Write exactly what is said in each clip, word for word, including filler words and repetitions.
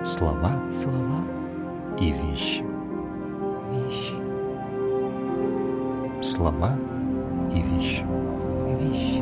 Слова слова и вещи. вещи, Слова и вещи. вещи.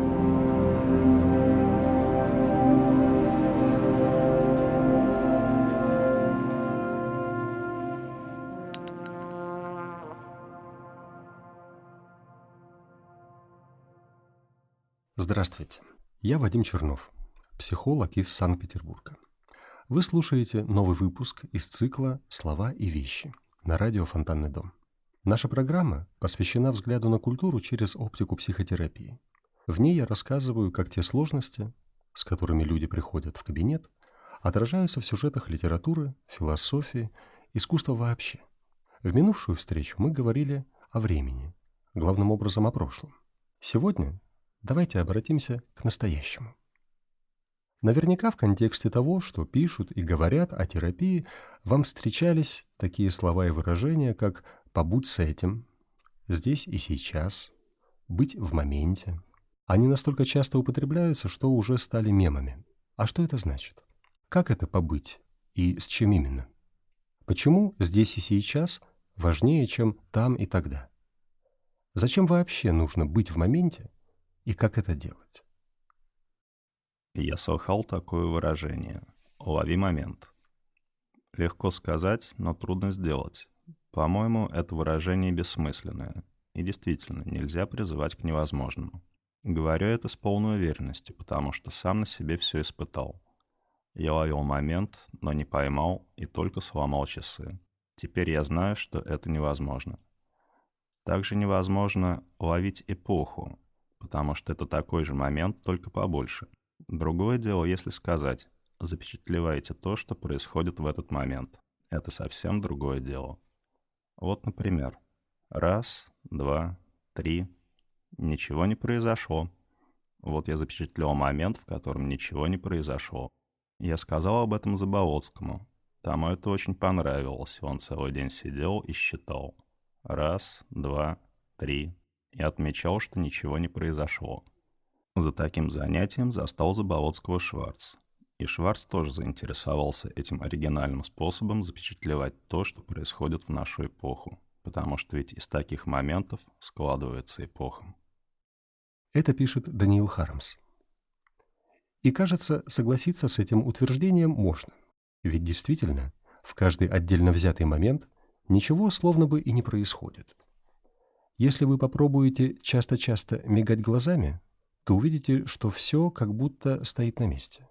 Здравствуйте, я Вадим Чернов, психолог из Санкт-Петербурга. Вы слушаете новый выпуск из цикла «Слова и вещи» на радио «Фонтанный дом». Наша программа посвящена взгляду на культуру через оптику психотерапии. В ней я рассказываю, как те сложности, с которыми люди приходят в кабинет, отражаются в сюжетах литературы, философии, искусства вообще. В минувшую встречу мы говорили о времени, главным образом о прошлом. Сегодня давайте обратимся к настоящему. Наверняка в контексте того, что пишут и говорят о терапии, вам встречались такие слова и выражения, как «побудь с этим», «здесь и сейчас», «быть в моменте». Они настолько часто употребляются, что уже стали мемами. А что это значит? Как это побыть? И с чем именно? Почему «здесь и сейчас» важнее, чем «там и тогда»? Зачем вообще нужно быть в моменте и как это делать? Я слыхал такое выражение «лови момент». Легко сказать, но трудно сделать. По-моему, это выражение бессмысленное, и действительно нельзя призывать к невозможному. Говорю это с полной уверенностью, потому что сам на себе все испытал. Я ловил момент, но не поймал и только сломал часы. Теперь я знаю, что это невозможно. Также невозможно ловить эпоху, потому что это такой же момент, только побольше. Другое дело, если сказать, запечатлевайте то, что происходит в этот момент. Это совсем другое дело. Вот, например, раз, два, три, ничего не произошло. Вот я запечатлел момент, в котором ничего не произошло. Я сказал об этом Заболоцкому. Тому это очень понравилось, он целый день сидел и считал. Раз, два, три. И отмечал, что ничего не произошло. За таким занятием застал Заболоцкого Шварц. И Шварц тоже заинтересовался этим оригинальным способом запечатлевать то, что происходит в нашу эпоху. Потому что ведь из таких моментов складывается эпоха. Это пишет Даниил Хармс. И, кажется, согласиться с этим утверждением можно. Ведь действительно, в каждый отдельно взятый момент ничего словно бы и не происходит. Если вы попробуете часто-часто мигать глазами, то увидите, что все как будто стоит на месте.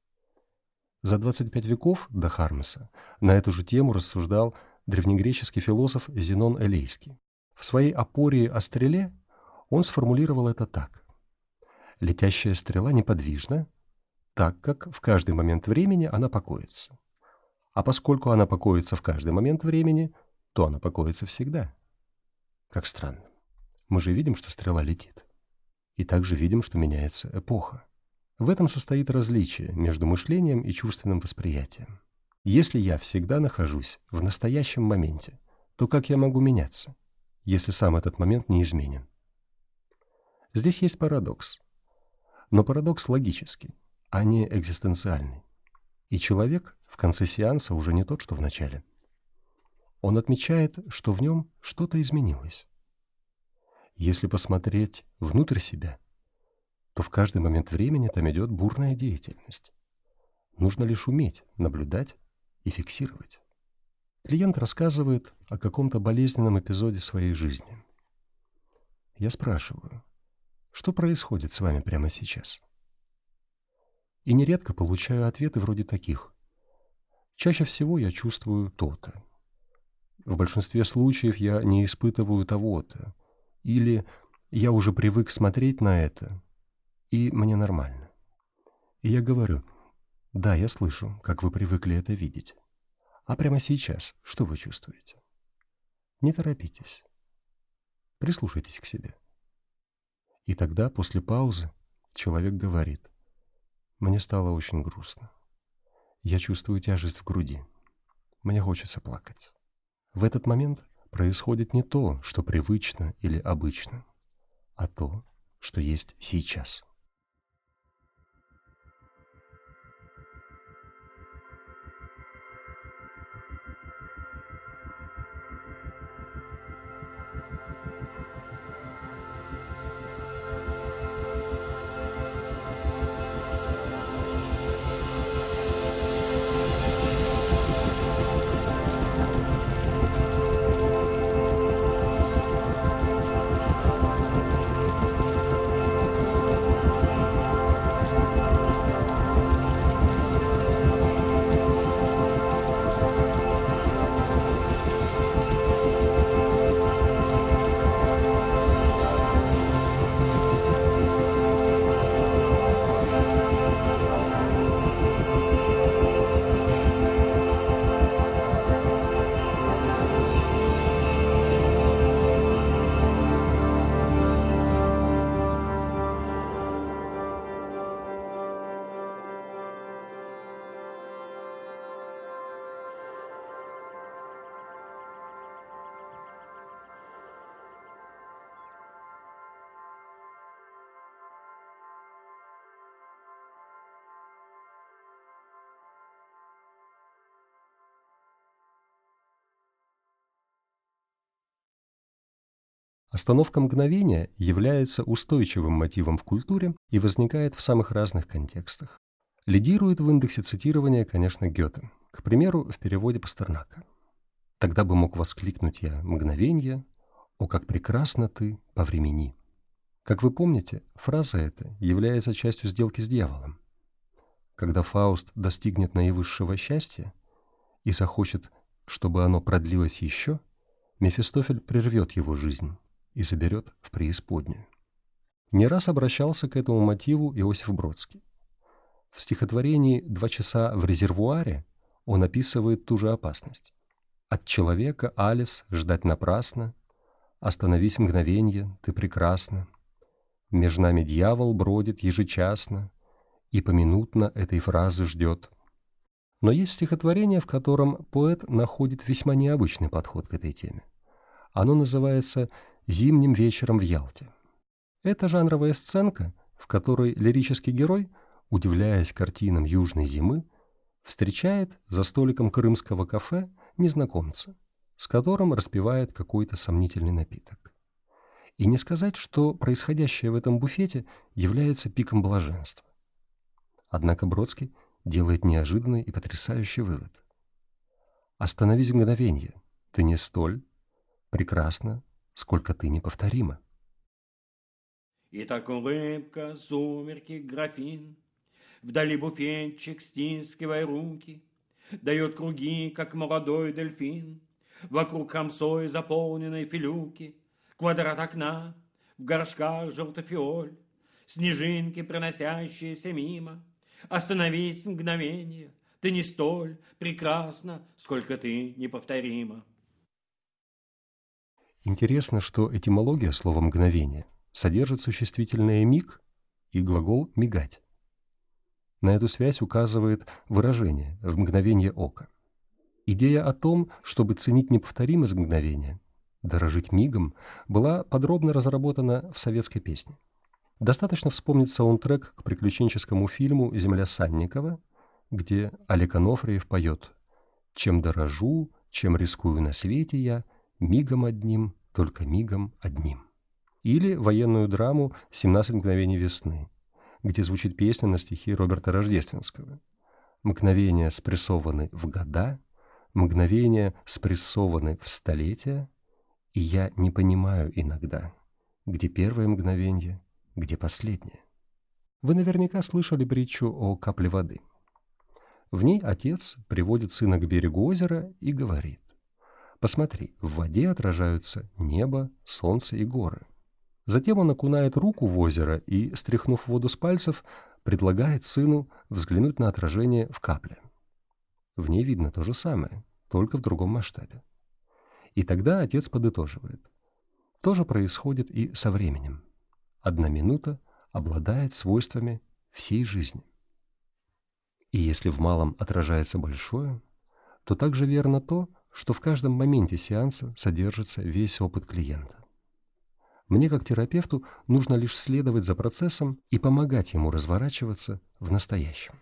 За двадцать пять веков до Хармса на эту же тему рассуждал древнегреческий философ Зенон Элейский. В своей «Апории о стреле» он сформулировал это так. «Летящая стрела неподвижна, так как в каждый момент времени она покоится. А поскольку она покоится в каждый момент времени, то она покоится всегда». Как странно. Мы же видим, что стрела летит. И также видим, что меняется эпоха. В этом состоит различие между мышлением и чувственным восприятием. Если я всегда нахожусь в настоящем моменте, то как я могу меняться, если сам этот момент не изменен? Здесь есть парадокс. Но парадокс логический, а не экзистенциальный. И человек в конце сеанса уже не тот, что в начале. Он отмечает, что в нем что-то изменилось. Если посмотреть внутрь себя, то в каждый момент времени там идет бурная деятельность. Нужно лишь уметь наблюдать и фиксировать. Клиент рассказывает о каком-то болезненном эпизоде своей жизни. Я спрашиваю, что происходит с вами прямо сейчас? И нередко получаю ответы вроде таких. Чаще всего я чувствую то-то. В большинстве случаев я не испытываю того-то. Или я уже привык смотреть на это, и мне нормально. И я говорю, да, я слышу, как вы привыкли это видеть. А прямо сейчас что вы чувствуете? Не торопитесь. Прислушайтесь к себе. И тогда, после паузы, человек говорит, мне стало очень грустно. Я чувствую тяжесть в груди. Мне хочется плакать. В этот момент происходит не то, что привычно или обычно, а то, что есть сейчас. Остановка мгновения является устойчивым мотивом в культуре и возникает в самых разных контекстах. Лидирует в индексе цитирования, конечно, Гёте, к примеру, в переводе Пастернака. «Тогда бы мог воскликнуть я мгновенье, о, как прекрасно ты повремени». Как вы помните, фраза эта является частью сделки с дьяволом. Когда Фауст достигнет наивысшего счастья и захочет, чтобы оно продлилось еще, Мефистофель прервет его жизнь и заберет в преисподнюю. Не раз обращался к этому мотиву Иосиф Бродский. В стихотворении «Два часа в резервуаре» он описывает ту же опасность. «От человека, Алис, ждать напрасно, остановись мгновенье, ты прекрасна. Меж нами дьявол бродит ежечасно и поминутно этой фразы ждет». Но есть стихотворение, в котором поэт находит весьма необычный подход к этой теме. Оно называется «Зимним вечером в Ялте». Это жанровая сценка, в которой лирический герой, удивляясь картинам южной зимы, встречает за столиком крымского кафе незнакомца, с которым распивает какой-то сомнительный напиток. И не сказать, что происходящее в этом буфете является пиком блаженства. Однако Бродский делает неожиданный и потрясающий вывод. «Остановись мгновенье, ты не столь прекрасна, сколько ты неповторима». И так улыбка, сумерки, графин, вдали буфетчик, стискивая руки, дает круги, как молодой дельфин, вокруг хамсой заполненной филюки, квадрат окна, в горшках желтофиоль, снежинки, проносящиеся мимо. Остановись мгновенье, ты не столь прекрасна, сколько ты неповторима. Интересно, что этимология слова «мгновение» содержит существительное «миг» и глагол «мигать». На эту связь указывает выражение «в мгновение ока». Идея о том, чтобы ценить неповторимость мгновения, дорожить мигом, была подробно разработана в советской песне. Достаточно вспомнить саундтрек к приключенческому фильму «Земля Санникова», где Олег Анофриев поет «Чем дорожу, чем рискую на свете я, мигом одним, только мигом одним». Или военную драму «семнадцать мгновений весны», где звучит песня на стихи Роберта Рождественского. Мгновения спрессованы в года, мгновения спрессованы в столетия, и я не понимаю иногда, где первое мгновенье, где последнее. Вы наверняка слышали притчу о капле воды. В ней отец приводит сына к берегу озера и говорит: «Посмотри, в воде отражаются небо, солнце и горы». Затем он окунает руку в озеро и, стряхнув воду с пальцев, предлагает сыну взглянуть на отражение в капле. В ней видно то же самое, только в другом масштабе. И тогда отец подытоживает: то же происходит и со временем. Одна минута обладает свойствами всей жизни. И если в малом отражается большое, то также верно то, что в каждом моменте сеанса содержится весь опыт клиента. Мне, как терапевту, нужно лишь следовать за процессом и помогать ему разворачиваться в настоящем.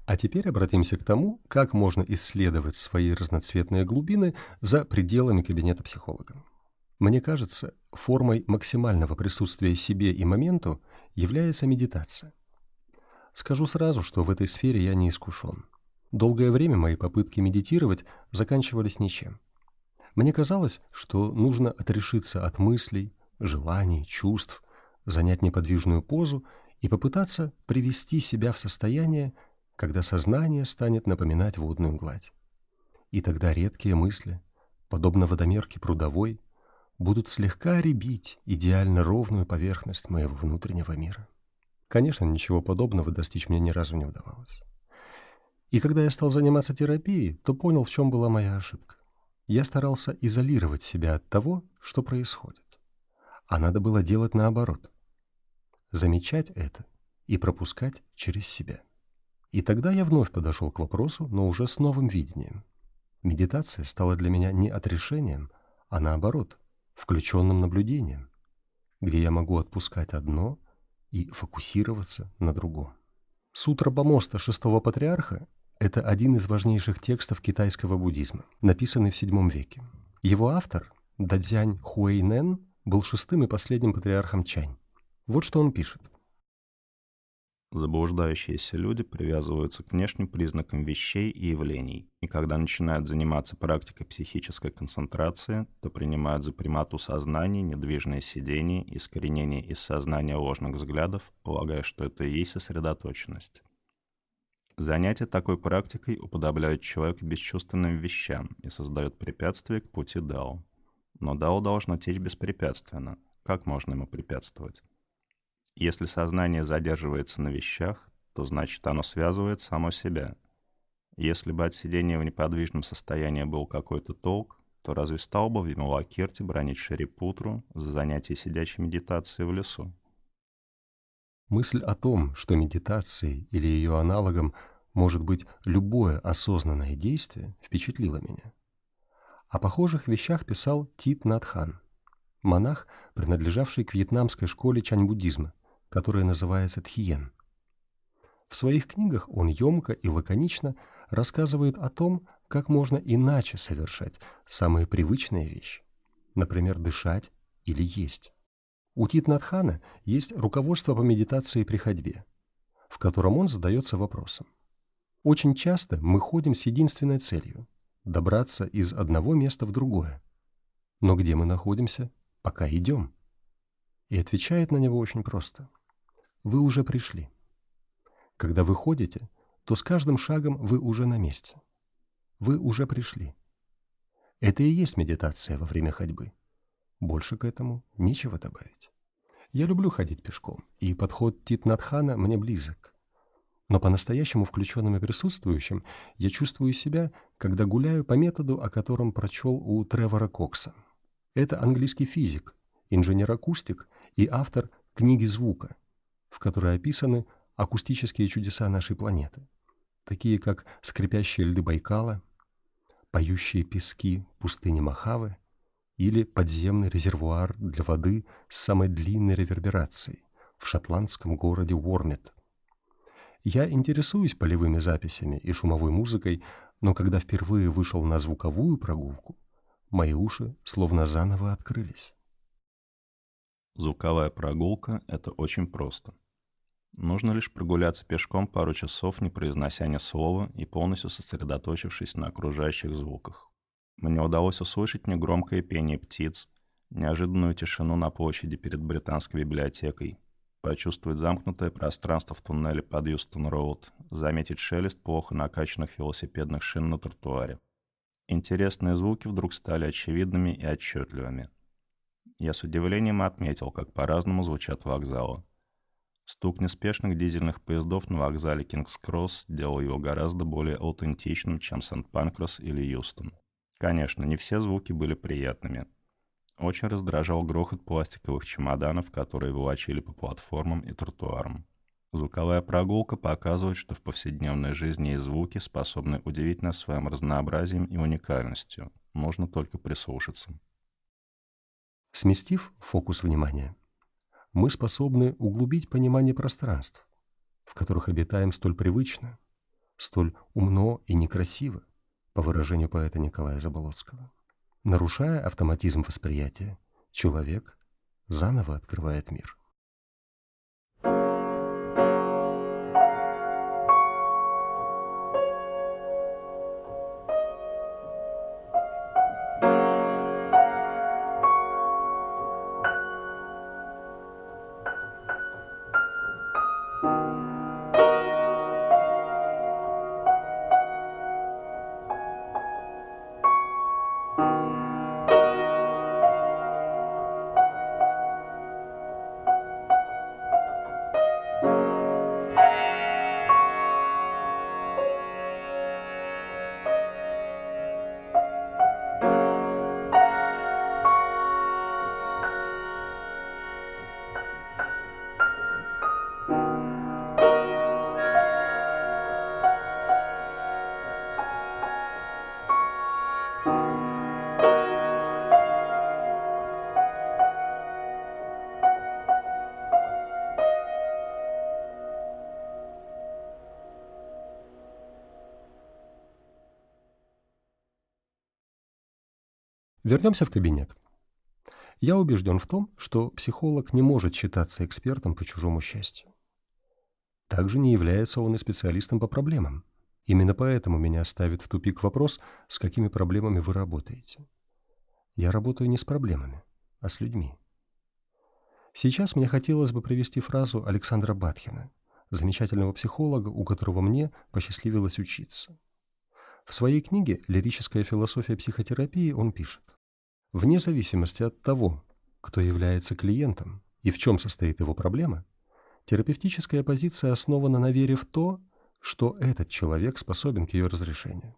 А теперь обратимся к тому, как можно исследовать свои разноцветные глубины за пределами кабинета психолога. Мне кажется, формой максимального присутствия себе и моменту является медитация. Скажу сразу, что в этой сфере я не искушен. Долгое время мои попытки медитировать заканчивались ничем. Мне казалось, что нужно отрешиться от мыслей, желаний, чувств, занять неподвижную позу и попытаться привести себя в состояние, когда сознание станет напоминать водную гладь. И тогда редкие мысли, подобно водомерке прудовой, будут слегка рябить идеально ровную поверхность моего внутреннего мира. Конечно, ничего подобного достичь мне ни разу не удавалось. И когда я стал заниматься терапией, то понял, в чем была моя ошибка. Я старался изолировать себя от того, что происходит. А надо было делать наоборот. Замечать это и пропускать через себя. И тогда я вновь подошел к вопросу, но уже с новым видением. Медитация стала для меня не отрешением, а наоборот, включенным наблюдением, где я могу отпускать одно и фокусироваться на другом. Сутра Бамоста шестого патриарха – это один из важнейших текстов китайского буддизма, написанный в седьмом веке. Его автор, Дадзянь Хуэйнэн, был шестым и последним патриархом Чань. Вот что он пишет. Заблуждающиеся люди привязываются к внешним признакам вещей и явлений, и когда начинают заниматься практикой психической концентрации, то принимают за примату сознания недвижное сидение, искоренение из сознания ложных взглядов, полагая, что это и есть сосредоточенность. Занятие такой практикой уподобляет человека бесчувственным вещам и создает препятствие к пути дао. Но дао должно течь беспрепятственно. Как можно ему препятствовать? Если сознание задерживается на вещах, то значит оно связывает само себя. Если бы от сидения в неподвижном состоянии был какой-то толк, то разве стал бы Вималакирти бронить Шарипутру за занятие сидячей медитацией в лесу? Мысль о том, что медитацией или ее аналогом может быть любое осознанное действие, впечатлила меня. О похожих вещах писал Тит Нат Хан, монах, принадлежавший к вьетнамской школе чань-буддизма, которая называется Тхиен. В своих книгах он емко и лаконично рассказывает о том, как можно иначе совершать самые привычные вещи, например, дышать или есть. У Тит Нат Хана есть руководство по медитации при ходьбе, в котором он задается вопросом. Очень часто мы ходим с единственной целью – добраться из одного места в другое. Но где мы находимся, пока идем? И отвечает на него очень просто. Вы уже пришли. Когда вы ходите, то с каждым шагом вы уже на месте. Вы уже пришли. Это и есть медитация во время ходьбы. Больше к этому нечего добавить. Я люблю ходить пешком, и подход Тит Нат Хана мне близок. Но по-настоящему включенным и присутствующим я чувствую себя, когда гуляю по методу, о котором прочел у Тревора Кокса. Это английский физик, инженер-акустик и автор книги звука, в которой описаны акустические чудеса нашей планеты, такие как скрипящие льды Байкала, поющие пески пустыни Мохаве или подземный резервуар для воды с самой длинной реверберацией в шотландском городе Уормет. Я интересуюсь полевыми записями и шумовой музыкой, но когда впервые вышел на звуковую прогулку, мои уши словно заново открылись. Звуковая прогулка — это очень просто. Нужно лишь прогуляться пешком пару часов, не произнося ни слова и полностью сосредоточившись на окружающих звуках. Мне удалось услышать негромкое пение птиц, неожиданную тишину на площади перед Британской библиотекой, почувствовать замкнутое пространство в туннеле под Юстон-Роуд, заметить шелест плохо накачанных велосипедных шин на тротуаре. Интересные звуки вдруг стали очевидными и отчетливыми. Я с удивлением отметил, как по-разному звучат вокзалы. Стук неспешных дизельных поездов на вокзале Кингс-Кросс делал его гораздо более аутентичным, чем Сент-Панкрас или Юстон. Конечно, не все звуки были приятными. Очень раздражал грохот пластиковых чемоданов, которые волочили по платформам и тротуарам. Звуковая прогулка показывает, что в повседневной жизни и звуки способны удивить нас своим разнообразием и уникальностью. Нужно только прислушаться. Сместив фокус внимания, мы способны углубить понимание пространств, в которых обитаем столь привычно, столь умно и некрасиво, по выражению поэта Николая Заболоцкого. Нарушая автоматизм восприятия, человек заново открывает мир. Вернемся в кабинет. Я убежден в том, что психолог не может считаться экспертом по чужому счастью. Также не является он и специалистом по проблемам. Именно поэтому меня ставит в тупик вопрос, с какими проблемами вы работаете. Я работаю не с проблемами, а с людьми. Сейчас мне хотелось бы привести фразу Александра Батхина, замечательного психолога, у которого мне посчастливилось учиться. В своей книге «Лирическая философия психотерапии» он пишет: «Вне зависимости от того, кто является клиентом и в чем состоит его проблема, терапевтическая позиция основана на вере в то, что этот человек способен к ее разрешению.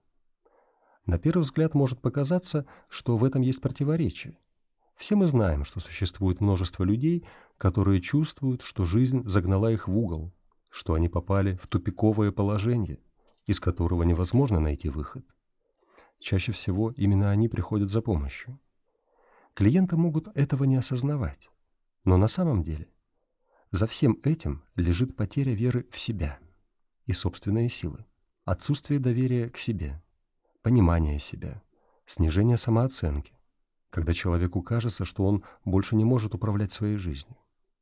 На первый взгляд может показаться, что в этом есть противоречие. Все мы знаем, что существует множество людей, которые чувствуют, что жизнь загнала их в угол, что они попали в тупиковое положение, из которого невозможно найти выход. Чаще всего именно они приходят за помощью. Клиенты могут этого не осознавать, но на самом деле за всем этим лежит потеря веры в себя и собственные силы, отсутствие доверия к себе, понимание себя, снижение самооценки, когда человеку кажется, что он больше не может управлять своей жизнью.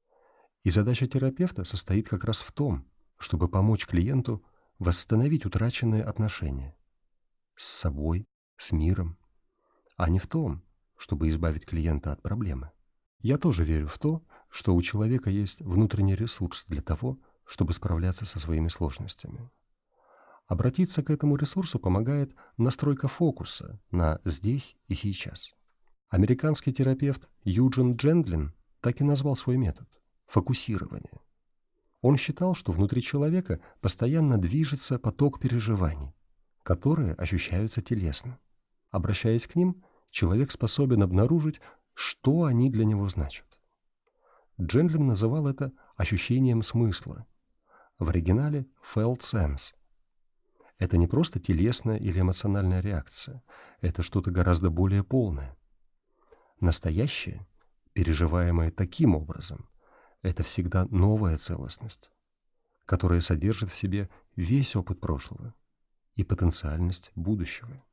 И задача терапевта состоит как раз в том, чтобы помочь клиенту восстановить утраченные отношения с собой, с миром, а не в том, чтобы избавить клиента от проблемы. Я тоже верю в то, что у человека есть внутренний ресурс для того, чтобы справляться со своими сложностями. Обратиться к этому ресурсу помогает настройка фокуса на «здесь и сейчас». Американский терапевт Юджин Джендлин так и назвал свой метод – фокусирование. Он считал, что внутри человека постоянно движется поток переживаний, которые ощущаются телесно. Обращаясь к ним, человек способен обнаружить, что они для него значат. Джендлин называл это ощущением смысла. В оригинале «felt sense». Это не просто телесная или эмоциональная реакция, это что-то гораздо более полное. Настоящее, переживаемое таким образом, это всегда новая целостность, которая содержит в себе весь опыт прошлого и потенциальность будущего.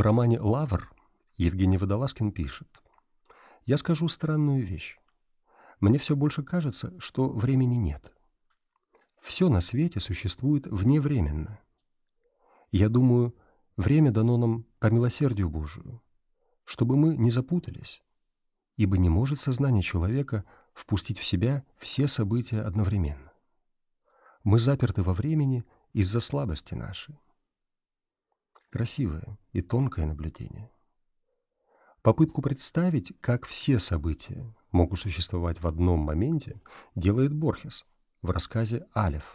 В романе «Лавр» Евгений Водолазкин пишет: «Я скажу странную вещь. Мне все больше кажется, что времени нет. Все на свете существует вневременно. Я думаю, время дано нам по милосердию Божию, чтобы мы не запутались, ибо не может сознание человека впустить в себя все события одновременно. Мы заперты во времени из-за слабости нашей». Красивое и тонкое наблюдение. Попытку представить, как все события могут существовать в одном моменте, делает Борхес в рассказе «Алеф».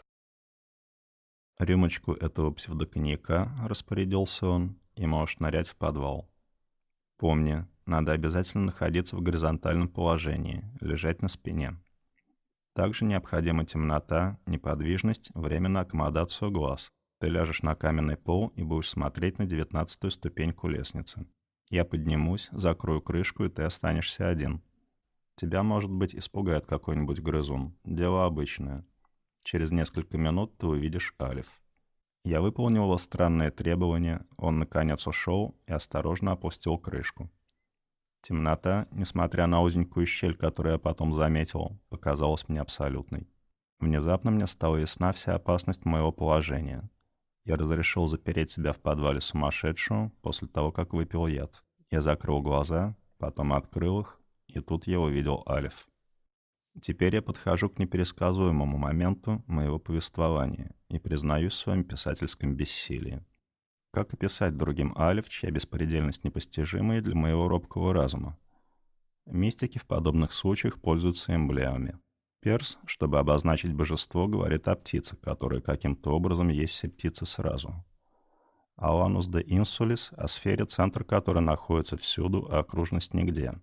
Рюмочку этого псевдоконьяка, распорядился он, и можешь нырять в подвал. Помни, надо обязательно находиться в горизонтальном положении, лежать на спине. Также необходима темнота, неподвижность, время на аккомодацию глаз. Ты ляжешь на каменный пол и будешь смотреть на девятнадцатую ступеньку лестницы. Я поднимусь, закрою крышку, и ты останешься один. Тебя, может быть, испугает какой-нибудь грызун. Дело обычное. Через несколько минут ты увидишь Алеф. Я выполнил его странное требование, он наконец ушел и осторожно опустил крышку. Темнота, несмотря на узенькую щель, которую я потом заметил, показалась мне абсолютной. Внезапно мне стала ясна вся опасность моего положения. Я разрешил запереть себя в подвале сумасшедшего после того, как выпил яд. Я закрыл глаза, потом открыл их, и тут я увидел Алеф. Теперь я подхожу к непересказуемому моменту моего повествования и признаюсь в своем писательском бессилии. Как описать другим Алеф, чья беспредельность непостижима и для моего робкого разума? Мистики в подобных случаях пользуются эмблемами. Перс, чтобы обозначить божество, говорит о птице, которая каким-то образом есть все птицы сразу. Аланус де инсулис — о сфере, центр которой находится всюду, а окружность нигде.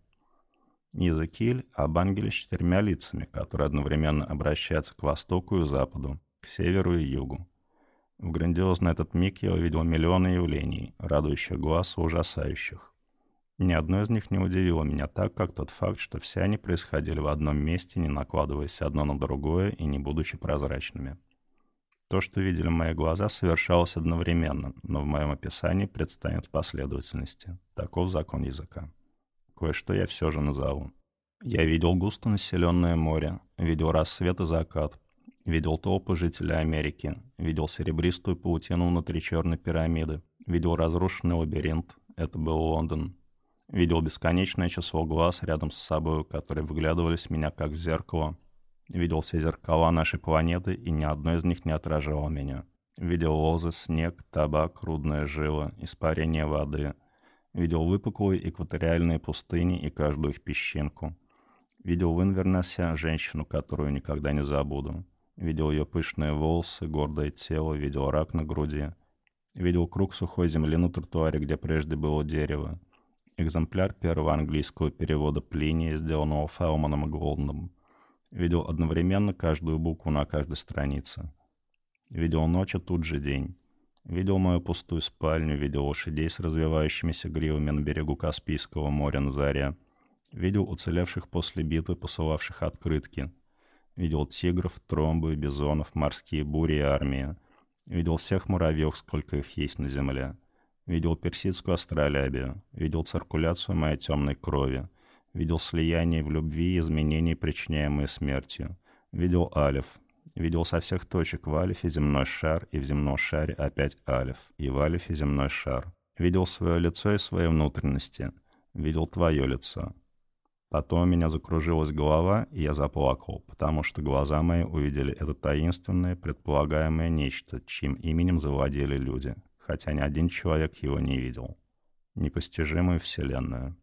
Иезекииль — об ангеле с четырьмя лицами, который одновременно обращается к востоку и западу, к северу и югу. В грандиозный этот миг я увидел миллионы явлений, радующих глаз и ужасающих. Ни одно из них не удивило меня так, как тот факт, что все они происходили в одном месте, не накладываясь одно на другое и не будучи прозрачными. То, что видели мои глаза, совершалось одновременно, но в моем описании предстанет в последовательности. Таков закон языка. Кое-что я все же назову. Я видел густонаселенное море, видел рассвет и закат, видел толпы жителей Америки, видел серебристую паутину внутри черной пирамиды, видел разрушенный лабиринт, это был Лондон. Видел бесконечное число глаз рядом с собой, которые вглядывались в меня как в зеркало. Видел все зеркала нашей планеты, и ни одно из них не отражало меня. Видел лозы, снег, табак, рудная жила, испарение воды. Видел выпуклые экваториальные пустыни и каждую их песчинку. Видел в Инвернессе женщину, которую никогда не забуду. Видел ее пышные волосы, гордое тело, видел рак на груди. Видел круг сухой земли на тротуаре, где прежде было дерево. Экземпляр первого английского перевода Плиния, сделанного Фелманом и Голденом. Видел одновременно каждую букву на каждой странице. Видел ночь, а тут же день. Видел мою пустую спальню, видел лошадей с развивающимися гривами на берегу Каспийского моря на заре. Видел уцелевших после битвы, посылавших открытки. Видел тигров, тромбы, бизонов, морские бури и армии. Видел всех муравьев, сколько их есть на земле. Видел персидскую астролябию, видел циркуляцию моей темной крови, видел слияние в любви и изменения, причиняемые смертью, видел Алеф, видел со всех точек в Алефе земной шар, и в земном шаре опять Алеф, и в Алефе земной шар. Видел свое лицо и свои внутренности, видел твое лицо. Потом у меня закружилась голова, и я заплакал, потому что глаза мои увидели это таинственное, предполагаемое нечто, чьим именем завладели люди. Хотя ни один человек его не видел. Непостижимую вселенную.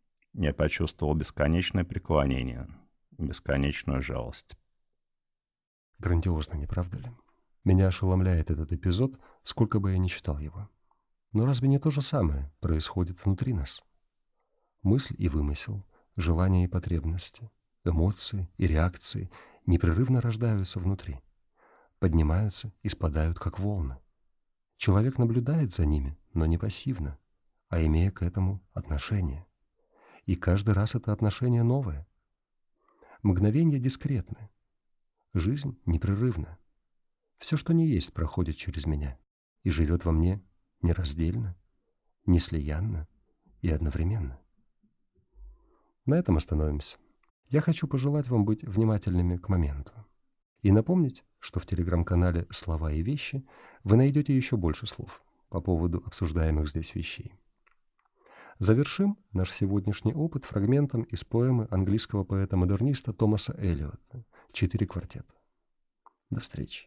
Я почувствовал бесконечное преклонение, бесконечную жалость. Грандиозно, не правда ли? Меня ошеломляет этот эпизод, сколько бы я ни читал его. Но разве не то же самое происходит внутри нас? Мысль и вымысел, желания и потребности, эмоции и реакции непрерывно рождаются внутри, поднимаются и спадают, как волны. Человек наблюдает за ними, но не пассивно, а имея к этому отношение. И каждый раз это отношение новое. Мгновения дискретны. Жизнь непрерывна. Все, что не есть, проходит через меня и живет во мне нераздельно. неслиянно и одновременно. На этом остановимся. Я хочу пожелать вам быть внимательными к моменту и напомнить, что в телеграм-канале «Слова и вещи» вы найдете еще больше слов по поводу обсуждаемых здесь вещей. Завершим наш сегодняшний опыт фрагментом из поэмы английского поэта-модерниста Томаса Эллиота «Четыре квартета». До встречи.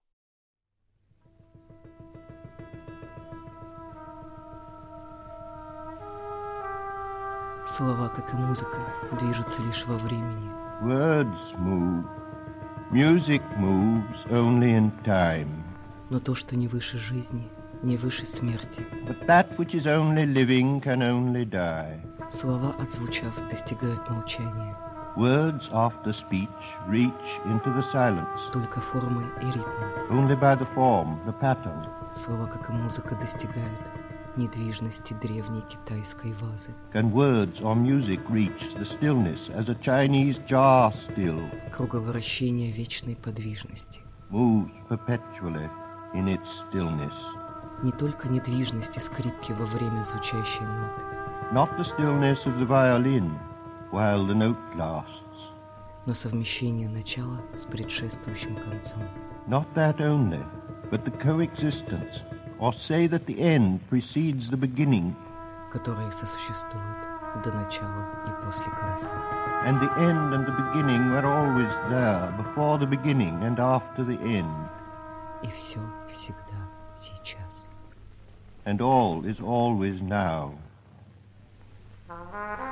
Слова, как и музыка, движутся лишь во времени. Words move. Music moves only in time. Но то, что не выше жизни, не выше смерти. But that which is only living can only die. Слова, отзвучав, достигают молчания. Words after speech reach into the silence. Только формой и ритмом. Only by the form, the pattern. Слова, как и музыка, достигают недвижности древней китайской вазы. Can words or music reach the stillness as a Chinese jar still Круговращение вечной подвижности. moves perpetually in its stillness? Не только недвижности скрипки во время звучащей ноты, Not the stillness of the violin while the note lasts. но совмещение начала с предшествующим концом. Not that only, but the coexistence, or say that the end precedes the beginning, которые сосуществуют до начала и после конца. and the end and the beginning were always there, before the beginning and after the end, И все всегда сейчас. and all is always now. Thank you.